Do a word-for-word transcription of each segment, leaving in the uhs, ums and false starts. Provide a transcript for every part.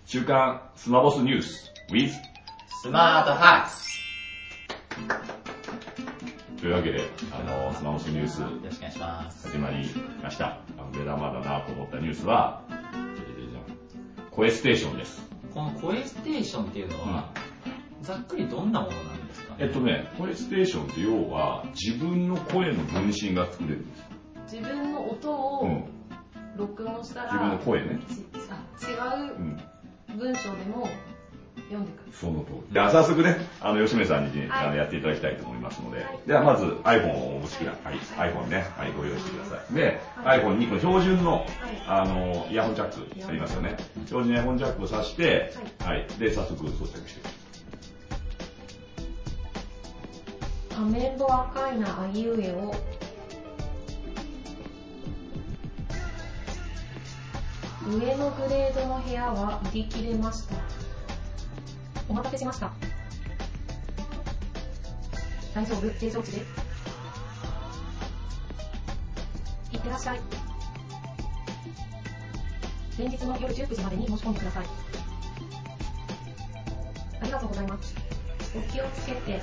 週刊スマボスニュース with スマートハックスというわけで、あのスマボスニュースよろしくお願いします。 始まりました。あの目玉だなと思ったニュースはコエステーションです。 このコエステーションっていうのは、うん、ざっくりどんなものなんですかね。 えっとね、コエステーションって要は自分の声の分身が作れるんです。 自分の音を録音したら、 うん、自分の声ね。 違う文章でも読んでくる。 その通り。では早速ね、あの吉目さんに、ね、はい、あのやっていただきたいと思いますので、はい、ではまず iPhone をお持ちください。はい、iPhone ね、はい、ご用意してください。で、はい、iPhone にこの標準の、はい、あのイヤホンジャックありますよね。標準イヤホンジャックを挿して、はい、はい、で早速装着してください。 アメンボ赤いなあいうえを上のグレードの部屋は売り切れました。お待たせしました。大丈夫、正常値です。いってらっしゃい。前日の夜じゅうくじまでに申し込んでください。ありがとうございます。お気をつけて。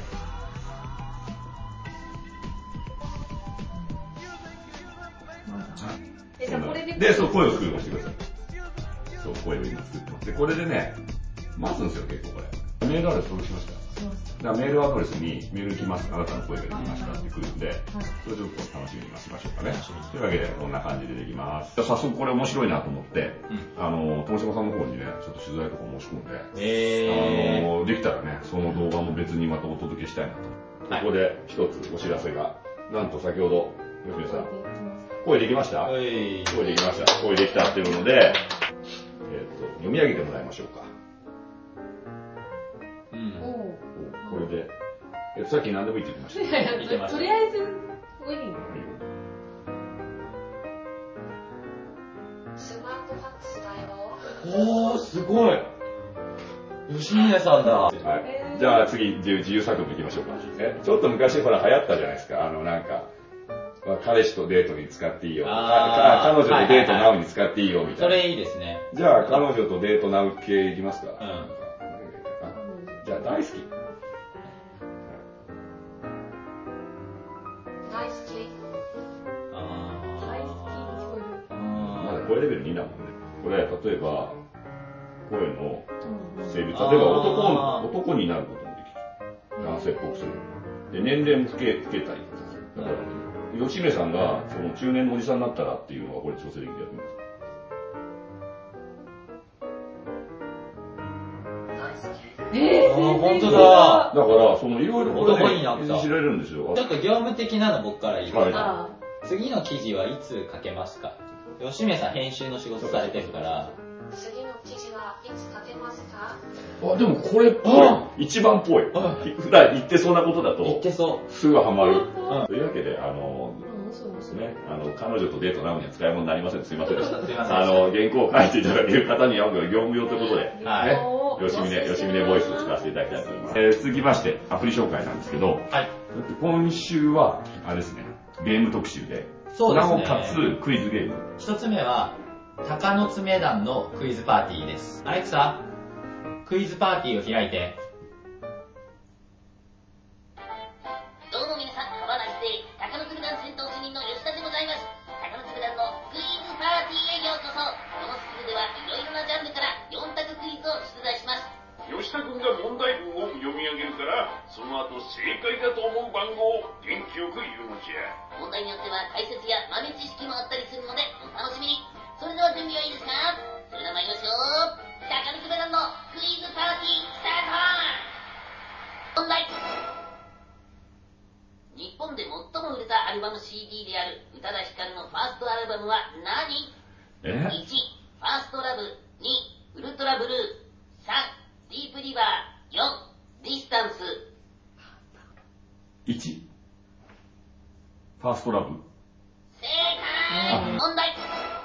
え、じゃあこれでで、そう、声を作るのをしてください。そう、声を今作ってます。で、これでね、待つんですよ、結構これ。メールアドレス登録しました。だからメールアドレスにメール来ます。あなたの声ができましたって来るんで、それちょっと楽しみに待ちましょうかね。というわけで、こんな感じでできます。早速これ面白いなと思って、うん、あの、友島さんの方にね、ちょっと取材とか申し込んで、えー、あの、できたらね、その動画も別にまたお届けしたいなと。はい、ここで一つお知らせが、なんと先ほど、吉見さん、声できました？声できました。声できたっていうので、えっと、読み上げてもらいましょうか。うん。これで、えっと、さっき何でもいいって言ってました。 いやいや、とりあえず、もういいの？スマートファックスだよ。 おー、すごい。吉峰さんだ。 はい。じゃあ次、自由作文いきましょうか。え、ちょっと昔ほら流行ったじゃないですか。あの、なんか、彼氏とデートに使っていいよ。彼女とデートナウに使っていいよみたいな。 それいいですね。 じゃあ彼女とデートナウ系いきますか。うん。じゃあ大好き。 大好き。ああ。大好きに聞こえる。 まだ声レベルにだもんね。これ例えば声の性別、例えば男男になることもできる。男性っぽくする。で年齢も老け老けたりさせる。だから吉目さんがその中年のおじさんになったらっていうのはこれ調整できるやつです。 えー、 本当だ。 だからそのいろいろこれ男になった。 知られるんですよ。 ちょっと業務的なの僕から言いますか。次の記事はいつ書けますか。吉目さん編集の仕事されてるから。 次の記事はいつ書けますか。 あ、でもこれっぽい。一番っぽい。普段言ってそうなことだと。 言ってそう。 すぐハマる。というわけで、あの、ね、あの、彼女とデートなのには使い物になりません。すいませんでした。あの、原稿を書いていただける方には業務用ということで、はい。吉峰、吉峰ボイスを使わせていただきたいと思います。えー、続きまして、アプリ紹介なんですけど、はい。今週は、あれですね、ゲーム特集で、 そうですね。 なおかつクイズゲーム。 一つ目は、鷹の爪団のクイズパーティーです。アレクサ、クイズパーティーを開いて。 どうも皆さん、浜田で鷹の爪団戦闘主任の吉田でございます。鷹の爪団のクイズパーティーへようこそ。このスクールではいろいろなジャンルからよん択クイズを出題します。 吉田君が問題文を読み上げるから、その後正解だと思う番号を元気よく言うのじゃ。 問題によっては解説や豆知識もあったりするのでお楽しみに。それでは準備はいいですか？それでは参りますよ。鷹の爪団のクイズパーティースタート。問題。日本で最も売れたアルバム シーディー である宇多田ヒカルのファーストアルバムは何？ え ? いち. ファーストラブ。に. ウルトラブルー。さん. ディープリバー。よん. ディスタンス。 いち. ファーストラブ。 正解。問題。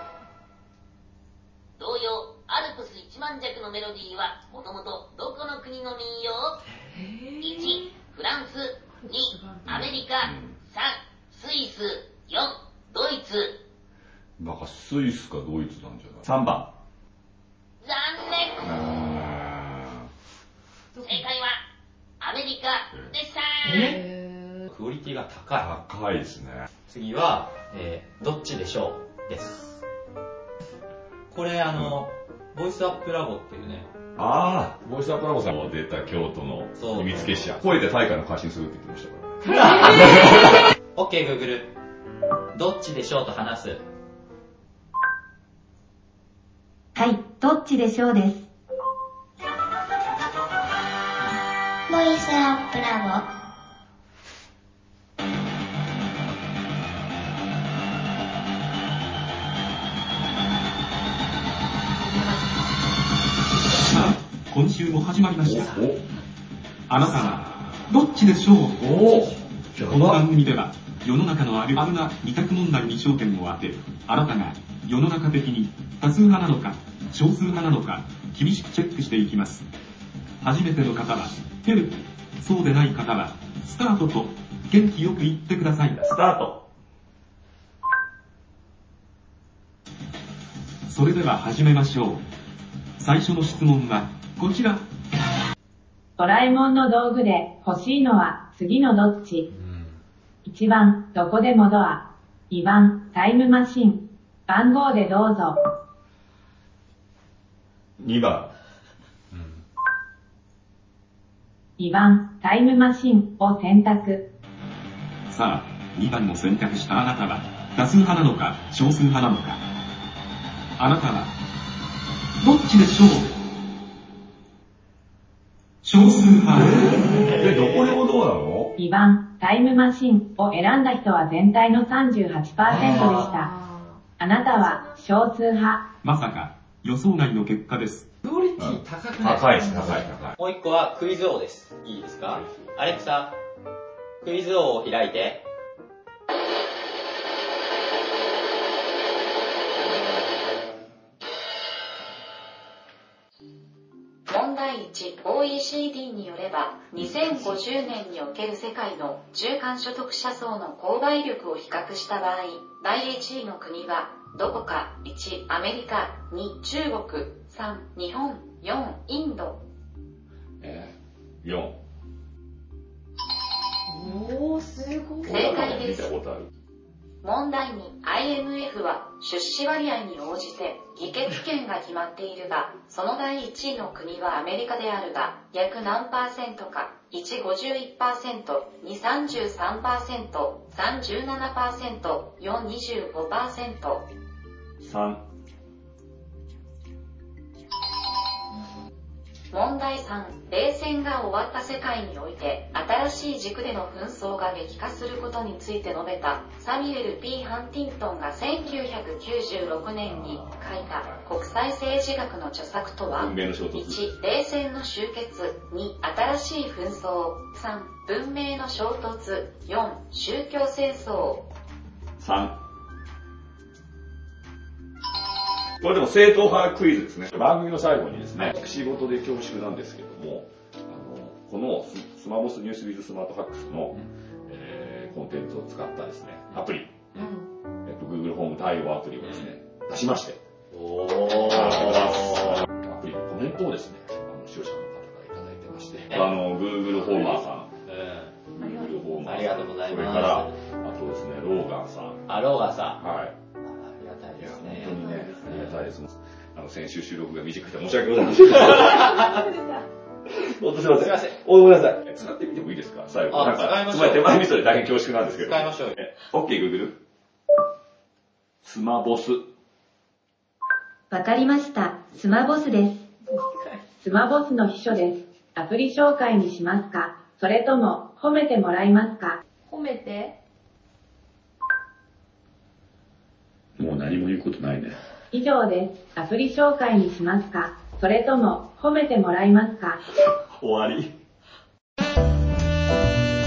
童謡アルプス一万尺のメロディーはもともとどこの国の民謡？ いち. フランス。に. アメリカ。さん. スイス。よん. ドイツ。 なんかスイスかドイツなんじゃない？さんばん。 残残念。正解はアメリカでした。 えクオリティが高い。 高いですね。 次は、えー、どっちでしょうです。これあの、ボイスアップラボっていうね。 ああ、ボイスアップラボさんも出た京都の秘密結社。声で大会の過信するって言ってましたから。 OK、Google。どっちでしょうと話す。 はい、どっちでしょうです。 ボイスアップラボ。 今週も始まりました。あなたはどっちでしょう。おこの番組では世の中のあるあるな二択問題に焦点を当て、あなたが世の中的に多数派なのか少数派なのか厳しくチェックしていきます。初めての方はヘルプ、そうでない方はスタートと元気よく言ってください。 スタート。 それでは始めましょう。最初の質問はこちら。 ドラえもんの道具で欲しいのは次のどっち？ いち 番、どこでもドア。にばん、タイムマシン。番号でどうぞ。 にばん。 にばん、タイムマシンを選択。 さあ、にばんを選択したあなたは多数派なのか少数派なのか。あなたはどっちでしょう。少数派。 え、どこでもどうなの？ に 番、タイムマシンを選んだ人は全体の さんじゅうはちパーセント でした。あなたは少数派。 まさか予想外の結果です。 クオリティ高くない？ 高いです、高い、高い。 もう一個はクイズ王です。いいですか？アレクサ、クイズ王を開いて。 問題いち、オーイーシーディー によれば、にせんごじゅうねんにおける世界の中間所得者層の購買力を比較した場合、だいいちいの国はどこか。いち、アメリカ。に、中国。さん、日本。よん、インド。 えー、よん。 おー、すごい。 正解です。 見たことある。 問題に アイエムエフ は出資割合に応じて議決権が決まっているが、そのだいいちいの国はアメリカであるが、約何パーセントか。いち、ごじゅういちパーセント。に、さんじゅうさんパーセント。さん、じゅうななパーセント。よん、にじゅうごパーセント。 さん。 問題さん、冷戦が終わった世界において新しい軸での紛争が激化することについて述べたサミュエル P ハンティントンがせんきゅうひゃくきゅうじゅうろくねんに書いた国際政治学の著作とは。 文明の衝突。 いち、冷戦の終結。に、新しい紛争。さん、文明の衝突。よん、宗教戦争。 さん。これでも正統派クイズですね。番組の最後にですね、仕事で恐縮なんですけども、あのこのスマボスニュースウィズスマートファックスの、えー、コンテンツを使ったですね、アプリ、うんえっと、Google ホーム対応アプリをですね、出しまして、おーアプリのコメントをですね、あの視聴者の方からいただいてまして、あの Google ホーマーさん、うん、Google ホーマーさん、 ありがとうございます。 それから、あとですね、ローガンさん。 あ、ローガンさん。 はい。 いや、本当にね、ありがたいです。あの、先週収録が短くて申し訳ございません。本当すいません。すいません。おごめんなさい。使ってみてもいいですか最後。 あ、使いましょう。 手前味噌で大変恐縮なんですけど。 使いましょう。 OK、Google。スマボス。 わかりました。スマボスです。スマボスの秘書です。アプリ紹介にしますか？それとも、褒めてもらいますか？ 褒めて。 もう何も言うことないね。 以上です。アプリ紹介にしますか？それとも褒めてもらいますか？ 終わり。